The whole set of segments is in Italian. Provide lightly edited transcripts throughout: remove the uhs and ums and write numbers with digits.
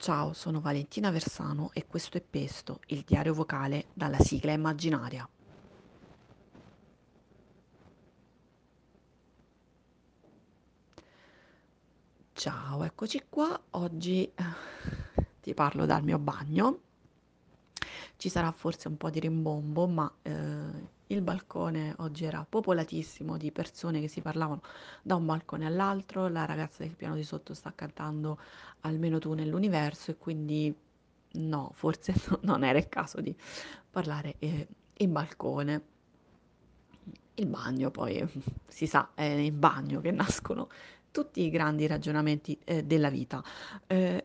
Ciao, sono Valentina Versano e questo è Pesto, il diario vocale dalla sigla immaginaria. Ciao, eccoci qua. Oggi ti parlo dal mio bagno. Ci sarà forse un po' di rimbombo, ma il balcone oggi era popolatissimo di persone che si parlavano da un balcone all'altro. La ragazza del piano di sotto sta cantando Almeno tu nell'universo e quindi no, forse non era il caso di parlare in balcone. Il bagno poi, si sa, è in bagno che nascono tutti i grandi ragionamenti, della vita. Ehm,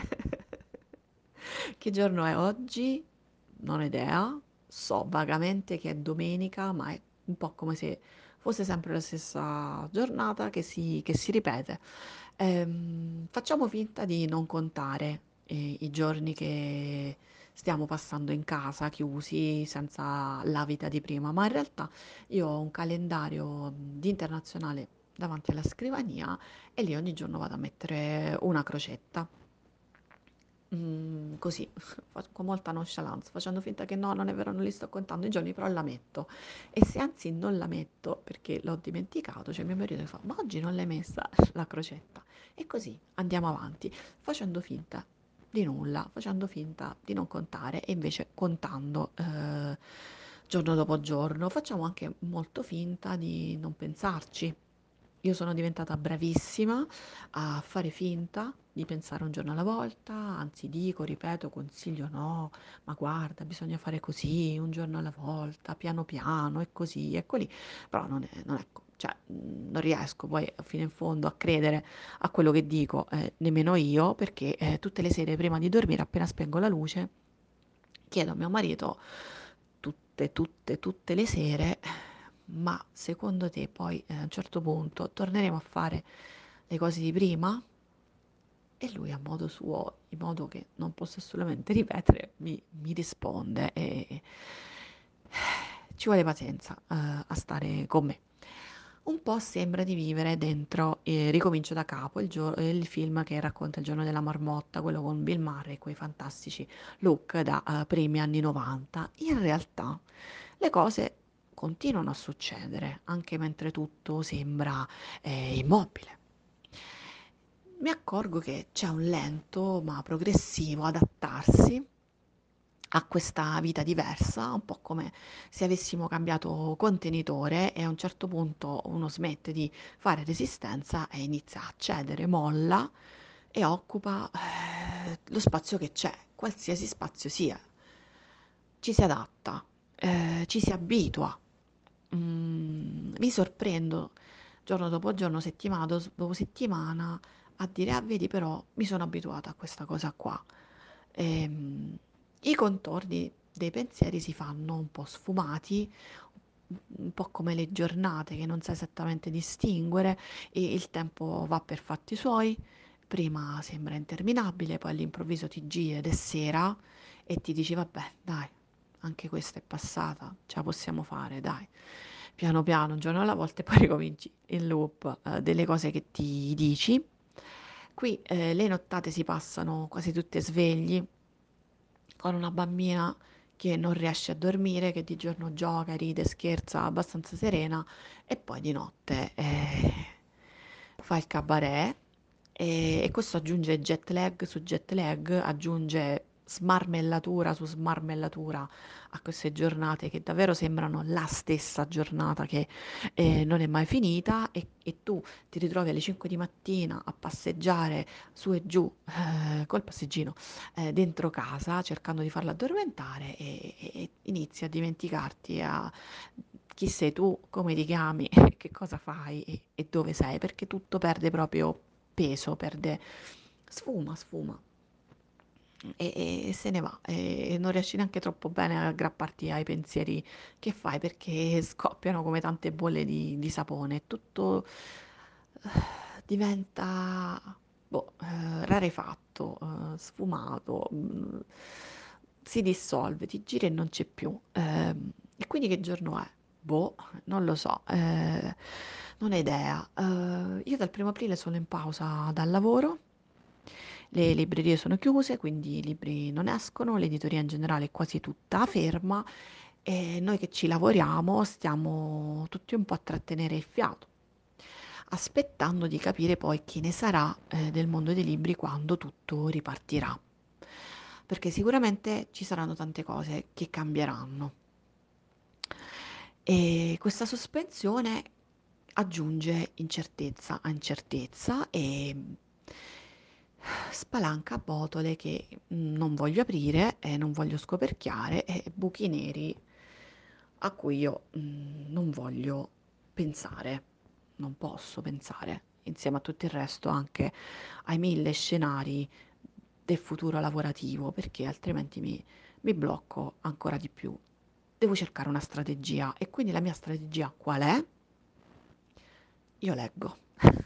che giorno è oggi? Non ho idea. So vagamente che è domenica, ma è un po' come se fosse sempre la stessa giornata che si ripete. Facciamo finta di non contare, i giorni che stiamo passando in casa, chiusi, senza la vita di prima, ma in realtà io ho un calendario di internazionale davanti alla scrivania e lì ogni giorno vado a mettere una crocetta. Così, con molta nonchalance, facendo finta che no, non è vero, non li sto contando i giorni, però la metto. E se anzi non la metto perché l'ho dimenticato, c'è mio marito che fa, ma oggi non l'hai messa la crocetta. E così andiamo avanti, facendo finta di nulla, facendo finta di non contare e invece contando giorno dopo giorno. Facciamo anche molto finta di non pensarci. Io sono diventata bravissima a fare finta di pensare un giorno alla volta, anzi dico, ripeto, consiglio no, ma guarda, bisogna fare così, un giorno alla volta, piano piano, e così, e lì, però cioè, non riesco poi fino in fondo a credere a quello che dico, nemmeno io, perché tutte le sere prima di dormire, appena spengo la luce, chiedo a mio marito tutte le sere, ma secondo te poi a un certo punto torneremo a fare le cose di prima? E lui a modo suo, in modo che non posso assolutamente ripetere, mi risponde e ci vuole pazienza a stare con me. Un po' sembra di vivere dentro Ricomincio da capo, il film che racconta il giorno della marmotta, quello con Bill Murray e quei fantastici look da primi anni 90. In realtà le cose continuano a succedere, anche mentre tutto sembra immobile. Mi accorgo che c'è un lento ma progressivo adattarsi a questa vita diversa, un po' come se avessimo cambiato contenitore e a un certo punto uno smette di fare resistenza e inizia a cedere, molla e occupa lo spazio che c'è, qualsiasi spazio sia. Ci si adatta, ci si abitua. Mi sorprendo giorno dopo giorno, settimana dopo settimana a dire, ah, vedi, però mi sono abituata a questa cosa qua. Ehm, I contorni dei pensieri si fanno un po' sfumati, un po' come le giornate che non sai esattamente distinguere e il tempo va per fatti suoi. Prima sembra interminabile, poi all'improvviso ti giri ed è sera e ti dici, vabbè, dai, anche questa è passata, ce la possiamo fare, dai. Piano piano, un giorno alla volta, e poi ricominci il loop delle cose che ti dici. Qui le nottate si passano quasi tutte svegli, con una bambina che non riesce a dormire, che di giorno gioca, ride, scherza, abbastanza serena, e poi di notte fa il cabaret e questo aggiunge jet lag su jet lag, aggiunge smarmellatura su smarmellatura a queste giornate che davvero sembrano la stessa giornata che non è mai finita e tu ti ritrovi alle 5 di mattina a passeggiare su e giù col passeggino dentro casa cercando di farla addormentare e inizi a dimenticarti a chi sei tu, come ti chiami, che cosa fai e dove sei, perché tutto perde proprio peso, perde sfuma e se ne va e non riesci neanche troppo bene a aggrapparti ai pensieri che fai perché scoppiano come tante bolle di sapone, tutto diventa boh, rarefatto, sfumato, si dissolve, ti giri e non c'è più. E quindi che giorno è? Boh, non lo so, non ho idea. Io dal 1° aprile sono in pausa dal lavoro, le librerie sono chiuse, quindi i libri non escono, l'editoria in generale è quasi tutta ferma e noi che ci lavoriamo stiamo tutti un po' a trattenere il fiato, aspettando di capire poi chi ne sarà del mondo dei libri quando tutto ripartirà. Perché sicuramente ci saranno tante cose che cambieranno. E questa sospensione aggiunge incertezza a incertezza e spalanca botole che non voglio aprire e non voglio scoperchiare e buchi neri a cui io non voglio pensare, non posso pensare, insieme a tutto il resto anche ai mille scenari del futuro lavorativo, perché altrimenti mi blocco ancora di più. Devo cercare una strategia e quindi la mia strategia qual è? Io leggo.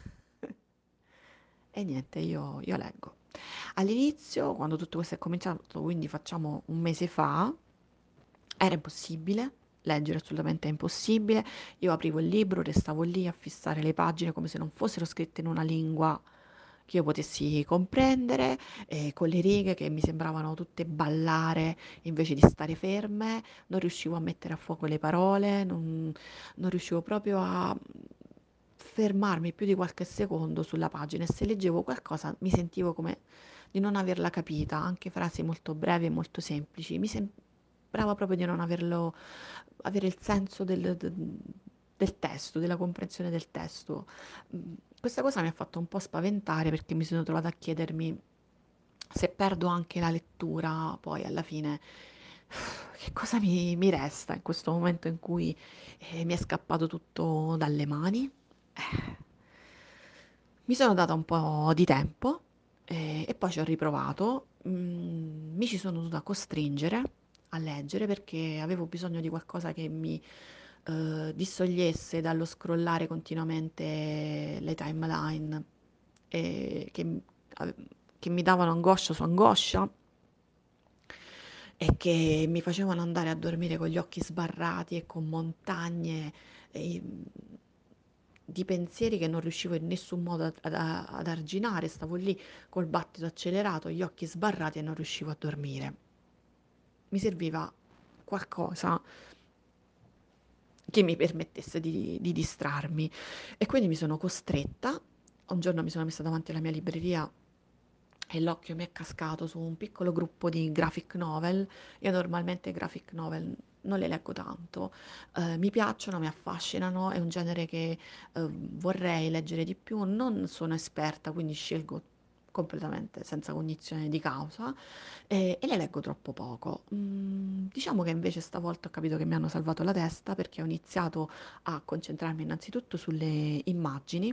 E niente, io leggo. All'inizio, quando tutto questo è cominciato, quindi facciamo un mese fa, era impossibile, leggere assolutamente è impossibile. Io aprivo il libro, restavo lì a fissare le pagine come se non fossero scritte in una lingua che io potessi comprendere, con le righe che mi sembravano tutte ballare invece di stare ferme, non riuscivo a mettere a fuoco le parole, non riuscivo proprio a fermarmi più di qualche secondo sulla pagina e se leggevo qualcosa mi sentivo come di non averla capita, anche frasi molto brevi e molto semplici, mi sembrava proprio di non avere il senso del testo, della comprensione del testo. Questa cosa mi ha fatto un po' spaventare perché mi sono trovata a chiedermi se perdo anche la lettura, poi alla fine che cosa mi resta in questo momento in cui mi è scappato tutto dalle mani? Mi sono data un po' di tempo e poi ci ho riprovato. Mi ci sono dovuta costringere a leggere perché avevo bisogno di qualcosa che mi distogliesse dallo scrollare continuamente le timeline e ave- che mi davano angoscia su angoscia e che mi facevano andare a dormire con gli occhi sbarrati e con montagne eh, di pensieri che non riuscivo in nessun modo ad arginare, stavo lì col battito accelerato, gli occhi sbarrati e non riuscivo a dormire. Mi serviva qualcosa che mi permettesse di distrarmi e quindi mi sono costretta. Un giorno mi sono messa davanti alla mia libreria e l'occhio mi è cascato su un piccolo gruppo di graphic novel. Io normalmente graphic novel non le leggo tanto, mi piacciono, mi affascinano, è un genere che vorrei leggere di più, non sono esperta, quindi scelgo completamente senza cognizione di causa e le leggo troppo poco. Diciamo che invece stavolta ho capito che mi hanno salvato la testa perché ho iniziato a concentrarmi innanzitutto sulle immagini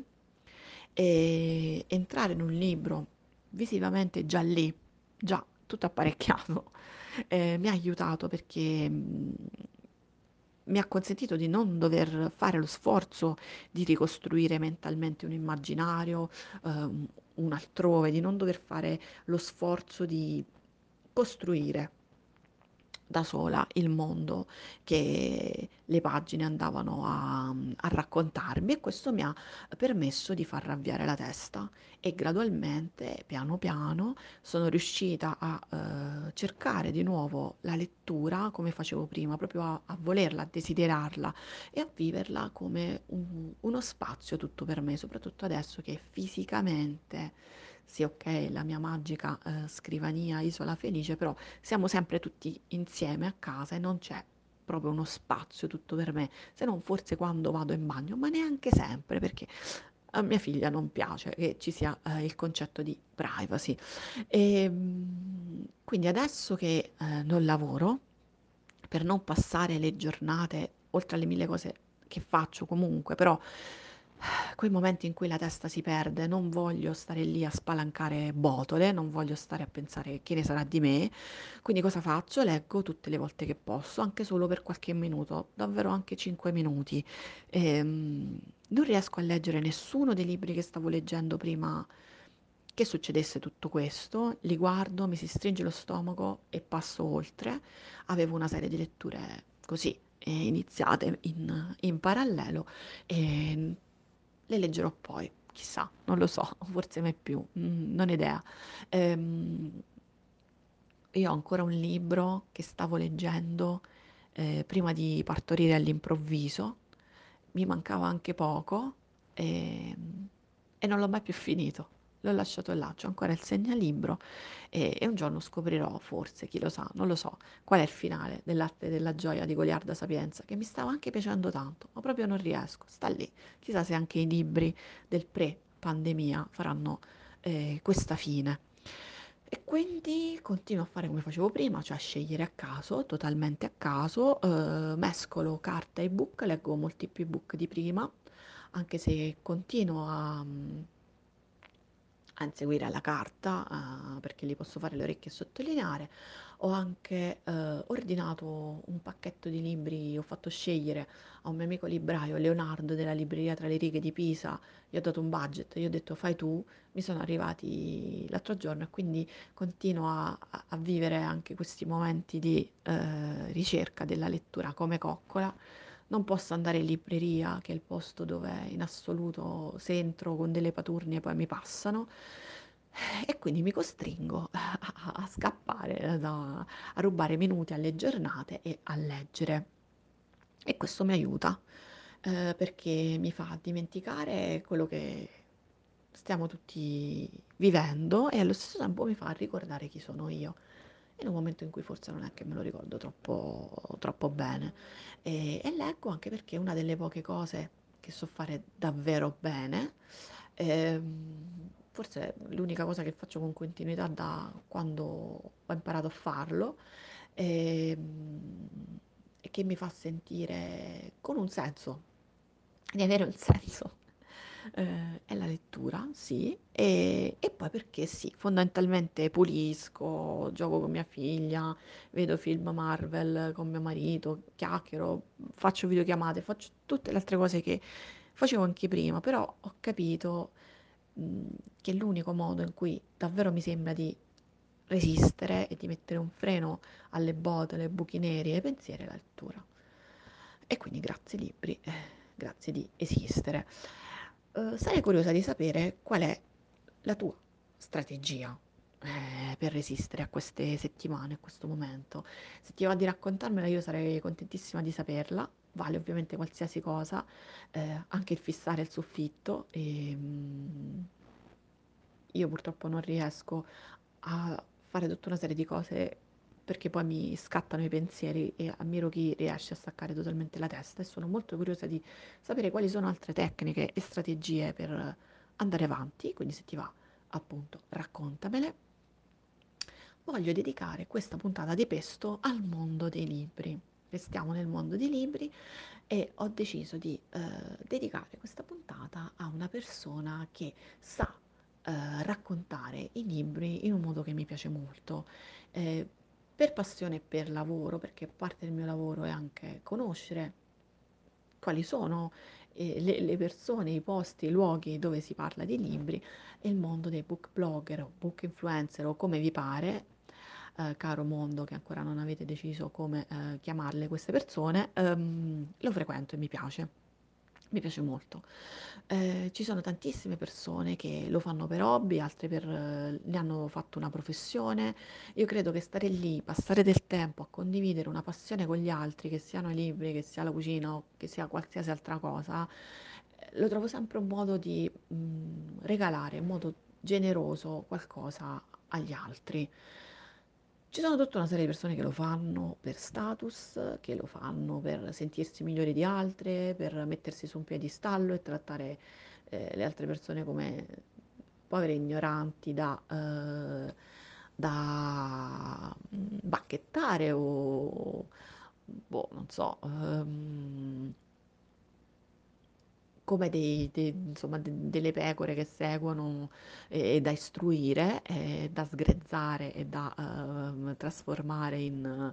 e entrare in un libro visivamente già lì, già tutto apparecchiato, mi ha aiutato perché mi ha consentito di non dover fare lo sforzo di ricostruire mentalmente un immaginario, un altrove, di non dover fare lo sforzo di costruire da sola il mondo che le pagine andavano a raccontarmi e questo mi ha permesso di far ravviare la testa e gradualmente, piano piano, sono riuscita a cercare di nuovo la lettura come facevo prima, proprio a volerla, a desiderarla e a viverla come uno spazio tutto per me, soprattutto adesso che fisicamente, sì, ok, la mia magica scrivania isola felice, però siamo sempre tutti insieme a casa e non c'è proprio uno spazio tutto per me, se non forse quando vado in bagno, ma neanche sempre perché a mia figlia non piace che ci sia il concetto di privacy. E, quindi adesso che non lavoro, per non passare le giornate, oltre alle mille cose che faccio comunque, però quei momenti in cui la testa si perde, non voglio stare lì a spalancare botole, non voglio stare a pensare che ne sarà di me. Quindi cosa faccio? Leggo tutte le volte che posso, anche solo per qualche minuto, davvero anche 5 minuti. Non riesco a leggere nessuno dei libri che stavo leggendo prima che succedesse tutto questo, li guardo, mi si stringe lo stomaco e passo oltre. Avevo una serie di letture così iniziate in parallelo e le leggerò poi chissà, non lo so, forse mai più, non ho idea. Ehm, io ho ancora un libro che stavo leggendo prima di partorire all'improvviso, mi mancava anche poco e, e non l'ho mai più finito. L'ho lasciato là, c'ho ancora il segnalibro e un giorno scoprirò, forse, chi lo sa, non lo so, qual è il finale dell'arte della gioia di Goliarda Sapienza, che mi stava anche piacendo tanto, ma proprio non riesco, sta lì. Chissà se anche i libri del pre-pandemia faranno questa fine. E quindi continuo a fare come facevo prima, cioè a scegliere a caso, totalmente a caso, mescolo carta e ebook, leggo molti più ebook di prima, anche se continuo a inseguire alla carta, perché li posso fare le orecchie e sottolineare. Ho anche ordinato un pacchetto di libri, ho fatto scegliere a un mio amico libraio, Leonardo della libreria Tra le righe di Pisa, gli ho dato un budget, gli ho detto fai tu, mi sono arrivati l'altro giorno e quindi continuo a vivere anche questi momenti di ricerca della lettura come coccola. Non posso andare in libreria, che è il posto dove in assoluto se entro con delle paturnie poi mi passano, e quindi mi costringo a scappare, a rubare minuti alle giornate e a leggere. E questo mi aiuta, perché mi fa dimenticare quello che stiamo tutti vivendo e allo stesso tempo mi fa ricordare chi sono io in un momento in cui forse non è che me lo ricordo troppo bene. E leggo anche perché è una delle poche cose che so fare davvero bene, forse è l'unica cosa che faccio con continuità da quando ho imparato a farlo, e che mi fa sentire con un senso, di avere un senso. È la lettura, sì, e poi perché sì, fondamentalmente pulisco, gioco con mia figlia, vedo film Marvel con mio marito, chiacchiero, faccio videochiamate, faccio tutte le altre cose che facevo anche prima, però ho capito mh, che l'unico modo in cui davvero mi sembra di resistere e di mettere un freno alle botole, ai buchi neri e ai pensieri è la lettura. E quindi grazie libri, grazie di esistere. Sarei curiosa di sapere qual è la tua strategia per resistere a queste settimane, a questo momento. Se ti va di raccontarmela, io sarei contentissima di saperla. Vale ovviamente qualsiasi cosa, anche il fissare il soffitto. Io purtroppo non riesco a fare tutta una serie di cose perché poi mi scattano i pensieri e ammiro chi riesce a staccare totalmente la testa e sono molto curiosa di sapere quali sono altre tecniche e strategie per andare avanti, quindi se ti va, appunto, raccontamele. Voglio dedicare questa puntata di Pesto al mondo dei libri. Restiamo nel mondo dei libri e ho deciso di dedicare questa puntata a una persona che sa raccontare i libri in un modo che mi piace molto. Eh, per passione e per lavoro, perché parte del mio lavoro è anche conoscere quali sono le persone, i posti, i luoghi dove si parla di libri e il mondo dei book blogger o book influencer o come vi pare, caro mondo che ancora non avete deciso come chiamarle queste persone, lo frequento e mi piace molto. Ci sono tantissime persone che lo fanno per hobby, altre ne hanno fatto una professione. Io credo che stare lì, passare del tempo a condividere una passione con gli altri, che siano i libri, che sia la cucina o che sia qualsiasi altra cosa, lo trovo sempre un modo di regalare in modo generoso qualcosa agli altri. Ci sono tutta una serie di persone che lo fanno per status, che lo fanno per sentirsi migliori di altre, per mettersi su un piedistallo e trattare le altre persone come povere ignoranti da bacchettare o, boh, non so, come insomma, delle pecore che seguono e da istruire, e da sgrezzare e da trasformare in,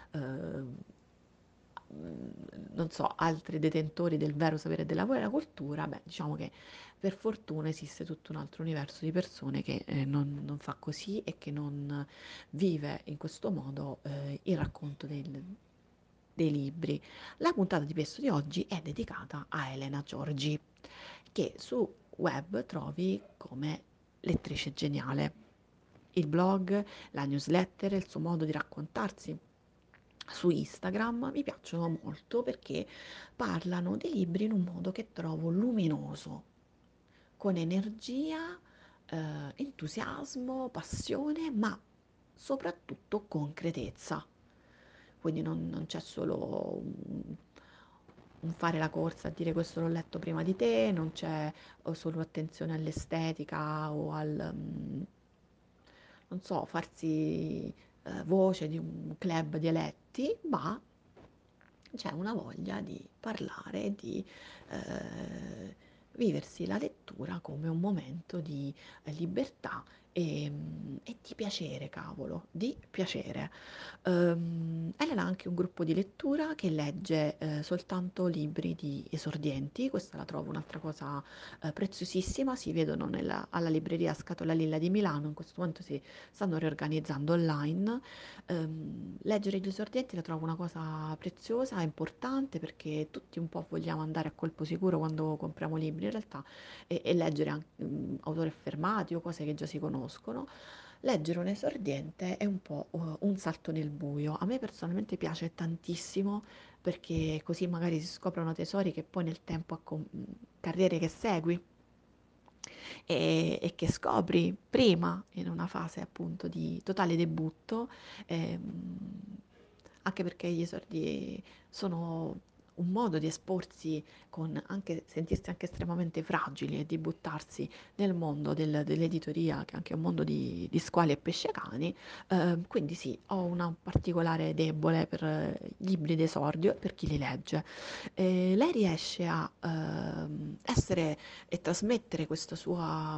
non so, altri detentori del vero sapere della vera cultura, beh, diciamo che per fortuna esiste tutto un altro universo di persone che non fa così e che non vive in questo modo il racconto dei libri. La puntata di Pesto di oggi è dedicata a Elena Giorgi, che su web trovi come lettrice geniale. Il blog, la newsletter, il suo modo di raccontarsi su Instagram mi piacciono molto perché parlano dei libri in un modo che trovo luminoso, con energia, entusiasmo, passione, ma soprattutto concretezza. Quindi non c'è solo un fare la corsa a dire questo l'ho letto prima di te, non c'è solo attenzione all'estetica o al, non so, farsi voce di un club di eletti, ma c'è una voglia di parlare, di eh, viversi la lettura come un momento di libertà e di piacere, cavolo, di piacere. Elena ha anche un gruppo di lettura che legge soltanto libri di esordienti, questa la trovo un'altra cosa preziosissima, si vedono alla libreria Scatola Lilla di Milano, in questo momento si stanno riorganizzando online. Leggere gli esordienti la trovo una cosa preziosa, importante perché tutti un po' vogliamo andare a colpo sicuro quando compriamo libri in realtà e leggere anche autori affermati o cose che già si conoscono. Leggere un esordiente è un po' un salto nel buio. A me personalmente piace tantissimo perché così magari si scoprono tesori che poi nel tempo carriere che segui e che scopri prima in una fase appunto di totale debutto, ehm, anche perché gli esordi sono un modo di esporsi con anche sentirsi anche estremamente fragili e di buttarsi nel mondo dell'editoria, che è anche un mondo di squali e pescecani. Quindi sì, ho una particolare debole per gli libri d'esordio e per chi li legge. Lei riesce a essere e trasmettere questa sua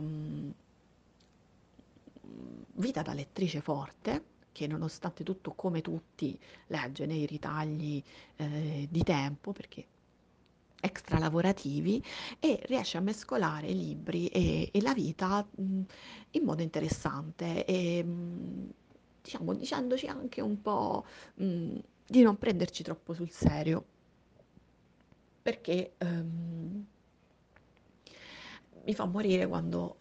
vita da lettrice forte, che nonostante tutto, come tutti, legge nei ritagli di tempo, perché extra lavorativi, e riesce a mescolare i libri e la vita in modo interessante e diciamo dicendoci anche un po' di non prenderci troppo sul serio perché mi fa morire quando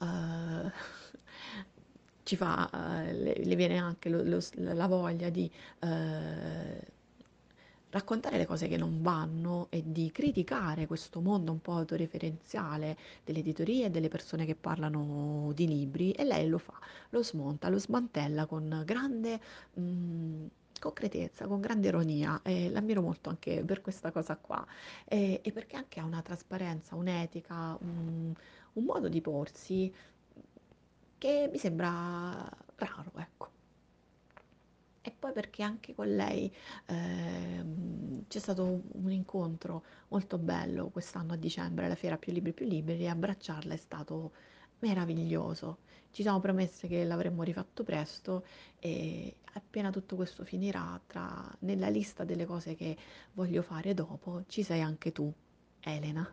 ci fa, le viene anche la voglia di eh, raccontare le cose che non vanno e di criticare questo mondo un po' autoreferenziale delle editorie e delle persone che parlano di libri e lei lo fa, lo smonta, lo smantella con grande concretezza, con grande ironia e l'ammiro molto anche per questa cosa qua e perché anche ha una trasparenza, un'etica, un modo di porsi che mi sembra raro, ecco. E poi perché anche con lei c'è stato un incontro molto bello quest'anno a dicembre alla fiera più libri e abbracciarla è stato meraviglioso. Ci siamo promesse che l'avremmo rifatto presto e appena tutto questo finirà, nella lista delle cose che voglio fare dopo, ci sei anche tu, Elena.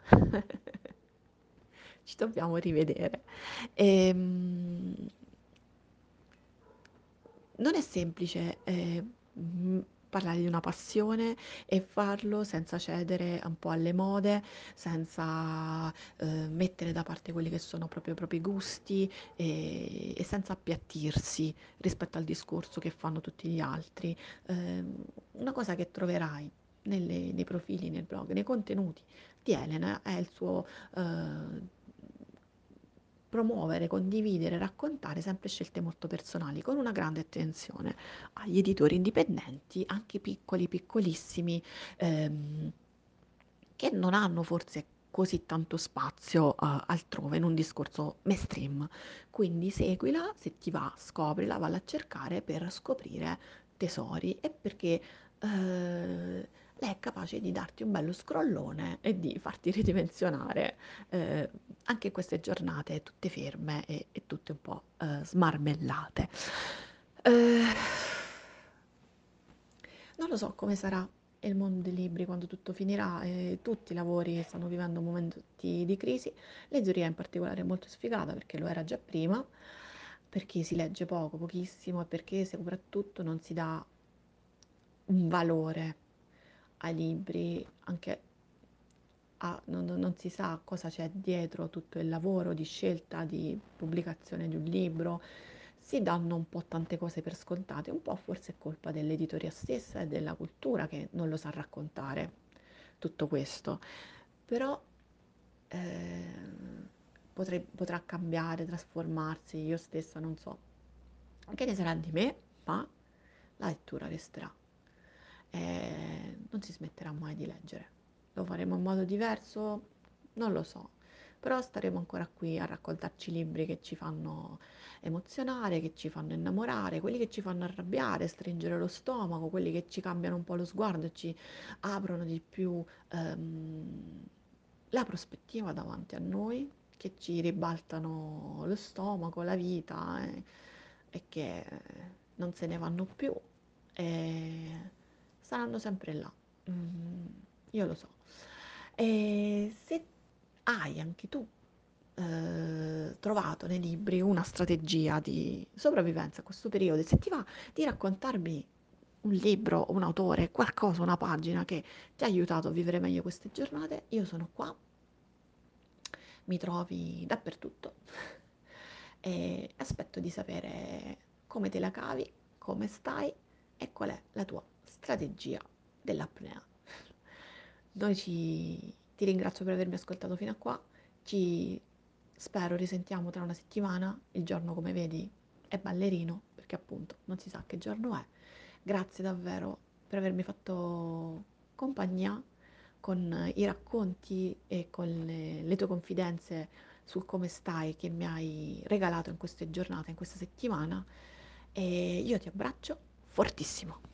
Ci dobbiamo rivedere. Ehm, Non è semplice parlare di una passione e farlo senza cedere un po' alle mode, senza mettere da parte quelli che sono proprio i propri gusti e senza appiattirsi rispetto al discorso che fanno tutti gli altri. Una cosa che troverai nei profili, nel blog, nei contenuti di Elena è il suo promuovere, condividere, raccontare sempre scelte molto personali, con una grande attenzione agli editori indipendenti, anche piccoli, piccolissimi, ehm, che non hanno forse così tanto spazio altrove in un discorso mainstream. Quindi seguila, se ti va, scoprila, valla a cercare per scoprire tesori e perché lei è capace di darti un bello scrollone e di farti ridimensionare eh, anche in queste giornate tutte ferme e tutte un po' smarmellate. Eh, non lo so come sarà il mondo dei libri quando tutto finirà e tutti i lavori stanno vivendo momenti di crisi. L'editoria in particolare è molto sfigata perché lo era già prima, perché si legge poco, pochissimo e perché soprattutto non si dà un valore ai libri, anche non si sa cosa c'è dietro tutto il lavoro di scelta, di pubblicazione di un libro, si danno un po' tante cose per scontate, un po' forse è colpa dell'editoria stessa e della cultura che non lo sa raccontare tutto questo, però potrà cambiare, trasformarsi, io stessa non so che ne sarà di me, ma la lettura resterà. Non si smetterà mai di leggere. Lo faremo in modo diverso? Non lo so, però staremo ancora qui a raccontarci libri che ci fanno emozionare, che ci fanno innamorare, quelli che ci fanno arrabbiare, stringere lo stomaco, quelli che ci cambiano un po' lo sguardo e ci aprono di più la prospettiva davanti a noi, che ci ribaltano lo stomaco, la vita e che non se ne vanno più e saranno sempre là. Mm, io lo so. E se hai anche tu trovato nei libri una strategia di sopravvivenza a questo periodo, e se ti va di raccontarmi un libro, un autore, qualcosa, una pagina che ti ha aiutato a vivere meglio queste giornate, io sono qua, mi trovi dappertutto e aspetto di sapere come te la cavi, come stai e qual è la tua strategia dell'apnea. Ti ringrazio per avermi ascoltato fino a qua, ci spero risentiamo tra una settimana, il giorno come vedi è ballerino perché appunto non si sa che giorno è. Grazie davvero per avermi fatto compagnia con i racconti e con le tue confidenze sul come stai che mi hai regalato in queste giornate, in questa settimana e io ti abbraccio fortissimo.